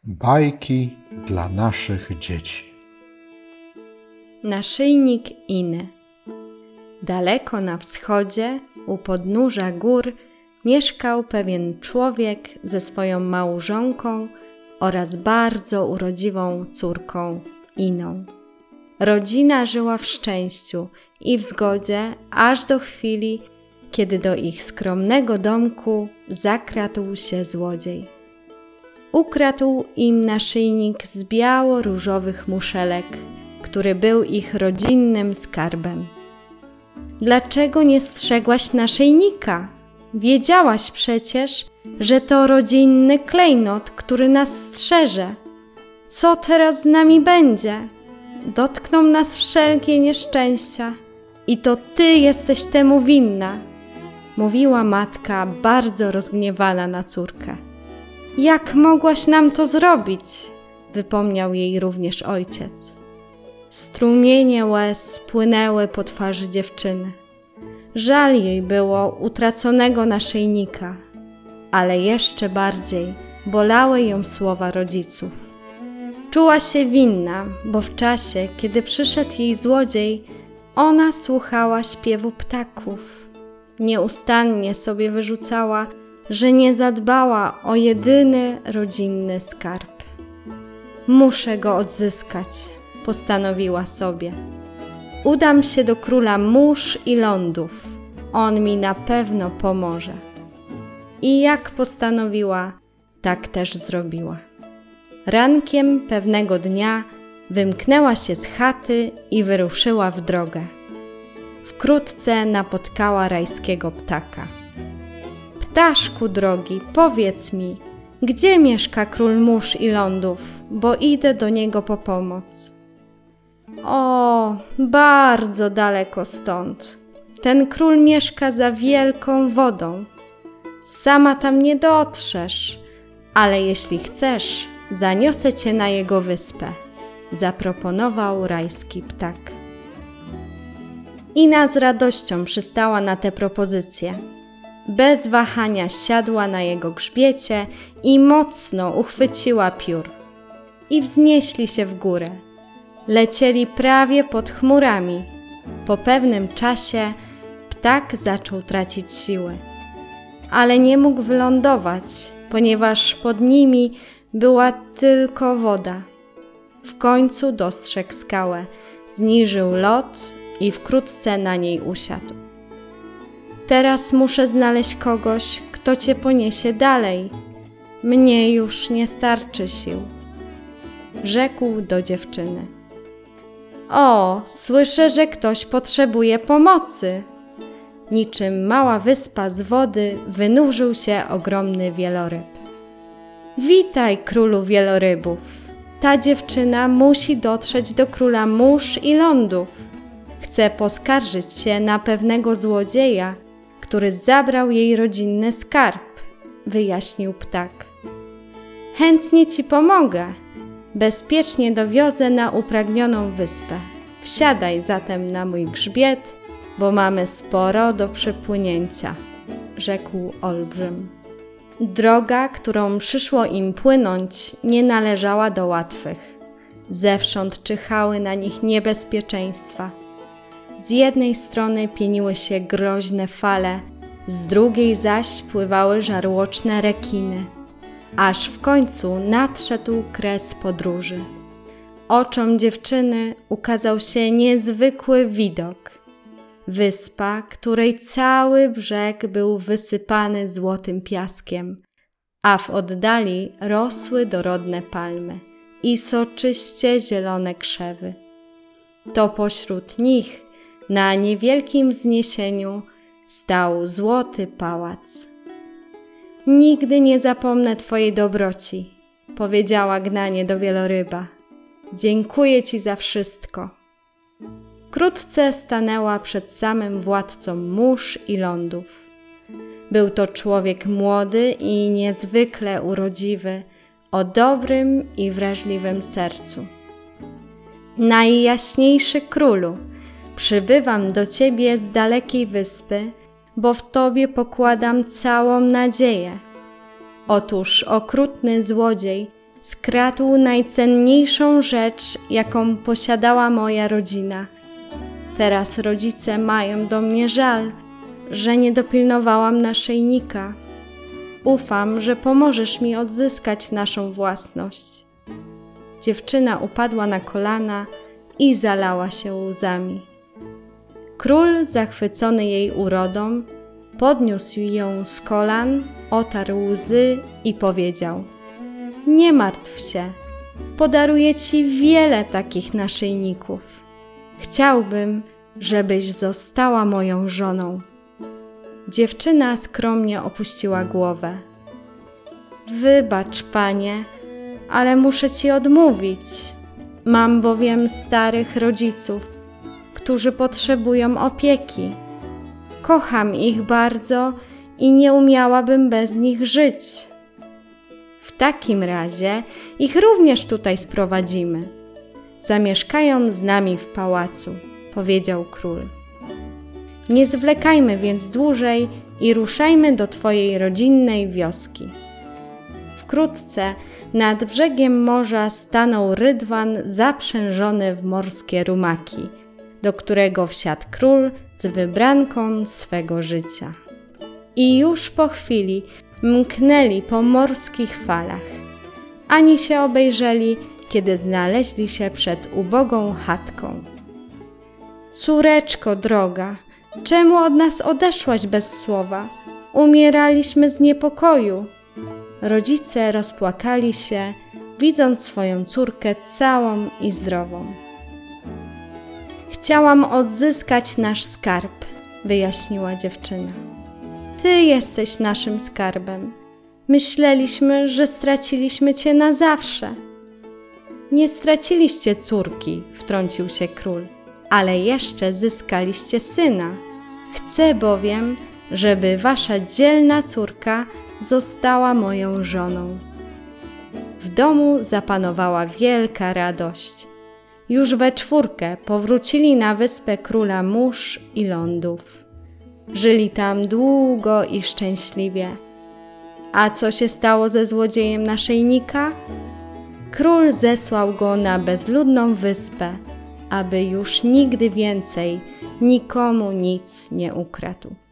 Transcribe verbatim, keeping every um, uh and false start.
Bajki dla naszych dzieci. Naszyjnik Iny. Daleko na wschodzie, u podnóża gór, mieszkał pewien człowiek ze swoją małżonką oraz bardzo urodziwą córką Iną. Rodzina żyła w szczęściu i w zgodzie aż do chwili, kiedy do ich skromnego domku zakradł się złodziej. Ukradł im naszyjnik z biało-różowych muszelek, który był ich rodzinnym skarbem. Dlaczego nie strzegłaś naszyjnika? Wiedziałaś przecież, że to rodzinny klejnot, który nas strzeże. Co teraz z nami będzie? Dotkną nas wszelkie nieszczęścia i to ty jesteś temu winna, mówiła matka bardzo rozgniewana na córkę. Jak mogłaś nam to zrobić? Wypomniał jej również ojciec. Strumienie łez płynęły po twarzy dziewczyny. Żal jej było utraconego naszyjnika, ale jeszcze bardziej bolały ją słowa rodziców. Czuła się winna, bo w czasie, kiedy przyszedł jej złodziej, ona słuchała śpiewu ptaków. Nieustannie sobie wyrzucała, że nie zadbała o jedyny rodzinny skarb. Muszę go odzyskać, postanowiła sobie. Udam się do króla mórz i lądów. On mi na pewno pomoże. I jak postanowiła, tak też zrobiła. Rankiem pewnego dnia wymknęła się z chaty i wyruszyła w drogę. Wkrótce napotkała rajskiego ptaka. Ptaszku drogi, powiedz mi, gdzie mieszka król mórz i lądów, bo idę do niego po pomoc. O, bardzo daleko stąd. Ten król mieszka za wielką wodą. Sama tam nie dotrzesz, ale jeśli chcesz, zaniosę cię na jego wyspę, zaproponował rajski ptak. Ina z radością przystała na tę propozycję. Bez wahania siadła na jego grzbiecie i mocno uchwyciła piór. I wznieśli się w górę. Lecieli prawie pod chmurami. Po pewnym czasie ptak zaczął tracić siły. Ale nie mógł wylądować, ponieważ pod nimi była tylko woda. W końcu dostrzegł skałę, zniżył lot i wkrótce na niej usiadł. Teraz muszę znaleźć kogoś, kto cię poniesie dalej. Mnie już nie starczy sił, rzekł do dziewczyny. O, słyszę, że ktoś potrzebuje pomocy. Niczym mała wyspa z wody wynurzył się ogromny wieloryb. Witaj, królu wielorybów. Ta dziewczyna musi dotrzeć do króla mórz i lądów. Chce poskarżyć się na pewnego złodzieja, który zabrał jej rodzinny skarb, wyjaśnił ptak. Chętnie ci pomogę. Bezpiecznie dowiozę na upragnioną wyspę. Wsiadaj zatem na mój grzbiet, bo mamy sporo do przepłynięcia, rzekł olbrzym. Droga, którą przyszło im płynąć, nie należała do łatwych. Zewsząd czyhały na nich niebezpieczeństwa. Z jednej strony pieniły się groźne fale, z drugiej zaś pływały żarłoczne rekiny. Aż w końcu nadszedł kres podróży. Oczom dziewczyny ukazał się niezwykły widok. Wyspa, której cały brzeg był wysypany złotym piaskiem, a w oddali rosły dorodne palmy i soczyście zielone krzewy. To pośród nich, na niewielkim wzniesieniu, stał złoty pałac. Nigdy nie zapomnę twojej dobroci, powiedziała gnanie do wieloryba. Dziękuję ci za wszystko. Wkrótce stanęła przed samym władcą mórz i lądów. Był to człowiek młody i niezwykle urodziwy, o dobrym i wrażliwym sercu. Najjaśniejszy królu, przybywam do ciebie z dalekiej wyspy, bo w tobie pokładam całą nadzieję. Otóż okrutny złodziej skradł najcenniejszą rzecz, jaką posiadała moja rodzina. Teraz rodzice mają do mnie żal, że nie dopilnowałam naszyjnika. Ufam, że pomożesz mi odzyskać naszą własność. Dziewczyna upadła na kolana i zalała się łzami. Król, zachwycony jej urodą, podniósł ją z kolan, otarł łzy i powiedział: nie martw się, podaruję ci wiele takich naszyjników. Chciałbym, żebyś została moją żoną. Dziewczyna skromnie opuściła głowę. Wybacz, panie, ale muszę ci odmówić. Mam bowiem starych rodziców, którzy potrzebują opieki. Kocham ich bardzo i nie umiałabym bez nich żyć. W takim razie ich również tutaj sprowadzimy. Zamieszkają z nami w pałacu, powiedział król. Nie zwlekajmy więc dłużej i ruszajmy do twojej rodzinnej wioski. Wkrótce nad brzegiem morza stanął rydwan zaprzężony w morskie rumaki, do którego wsiadł król z wybranką swego życia. I już po chwili mknęli po morskich falach, ani się obejrzeli, kiedy znaleźli się przed ubogą chatką. Córeczko droga, czemu od nas odeszłaś bez słowa? Umieraliśmy z niepokoju. Rodzice rozpłakali się, widząc swoją córkę całą i zdrową. Chciałam odzyskać nasz skarb, wyjaśniła dziewczyna. Ty jesteś naszym skarbem. Myśleliśmy, że straciliśmy cię na zawsze. Nie straciliście córki, wtrącił się król, ale jeszcze zyskaliście syna. Chcę bowiem, żeby wasza dzielna córka została moją żoną. W domu zapanowała wielka radość. Już we czwórkę powrócili na wyspę króla mórz i lądów. Żyli tam długo i szczęśliwie. A co się stało ze złodziejem naszyjnika? Król zesłał go na bezludną wyspę, aby już nigdy więcej nikomu nic nie ukradł.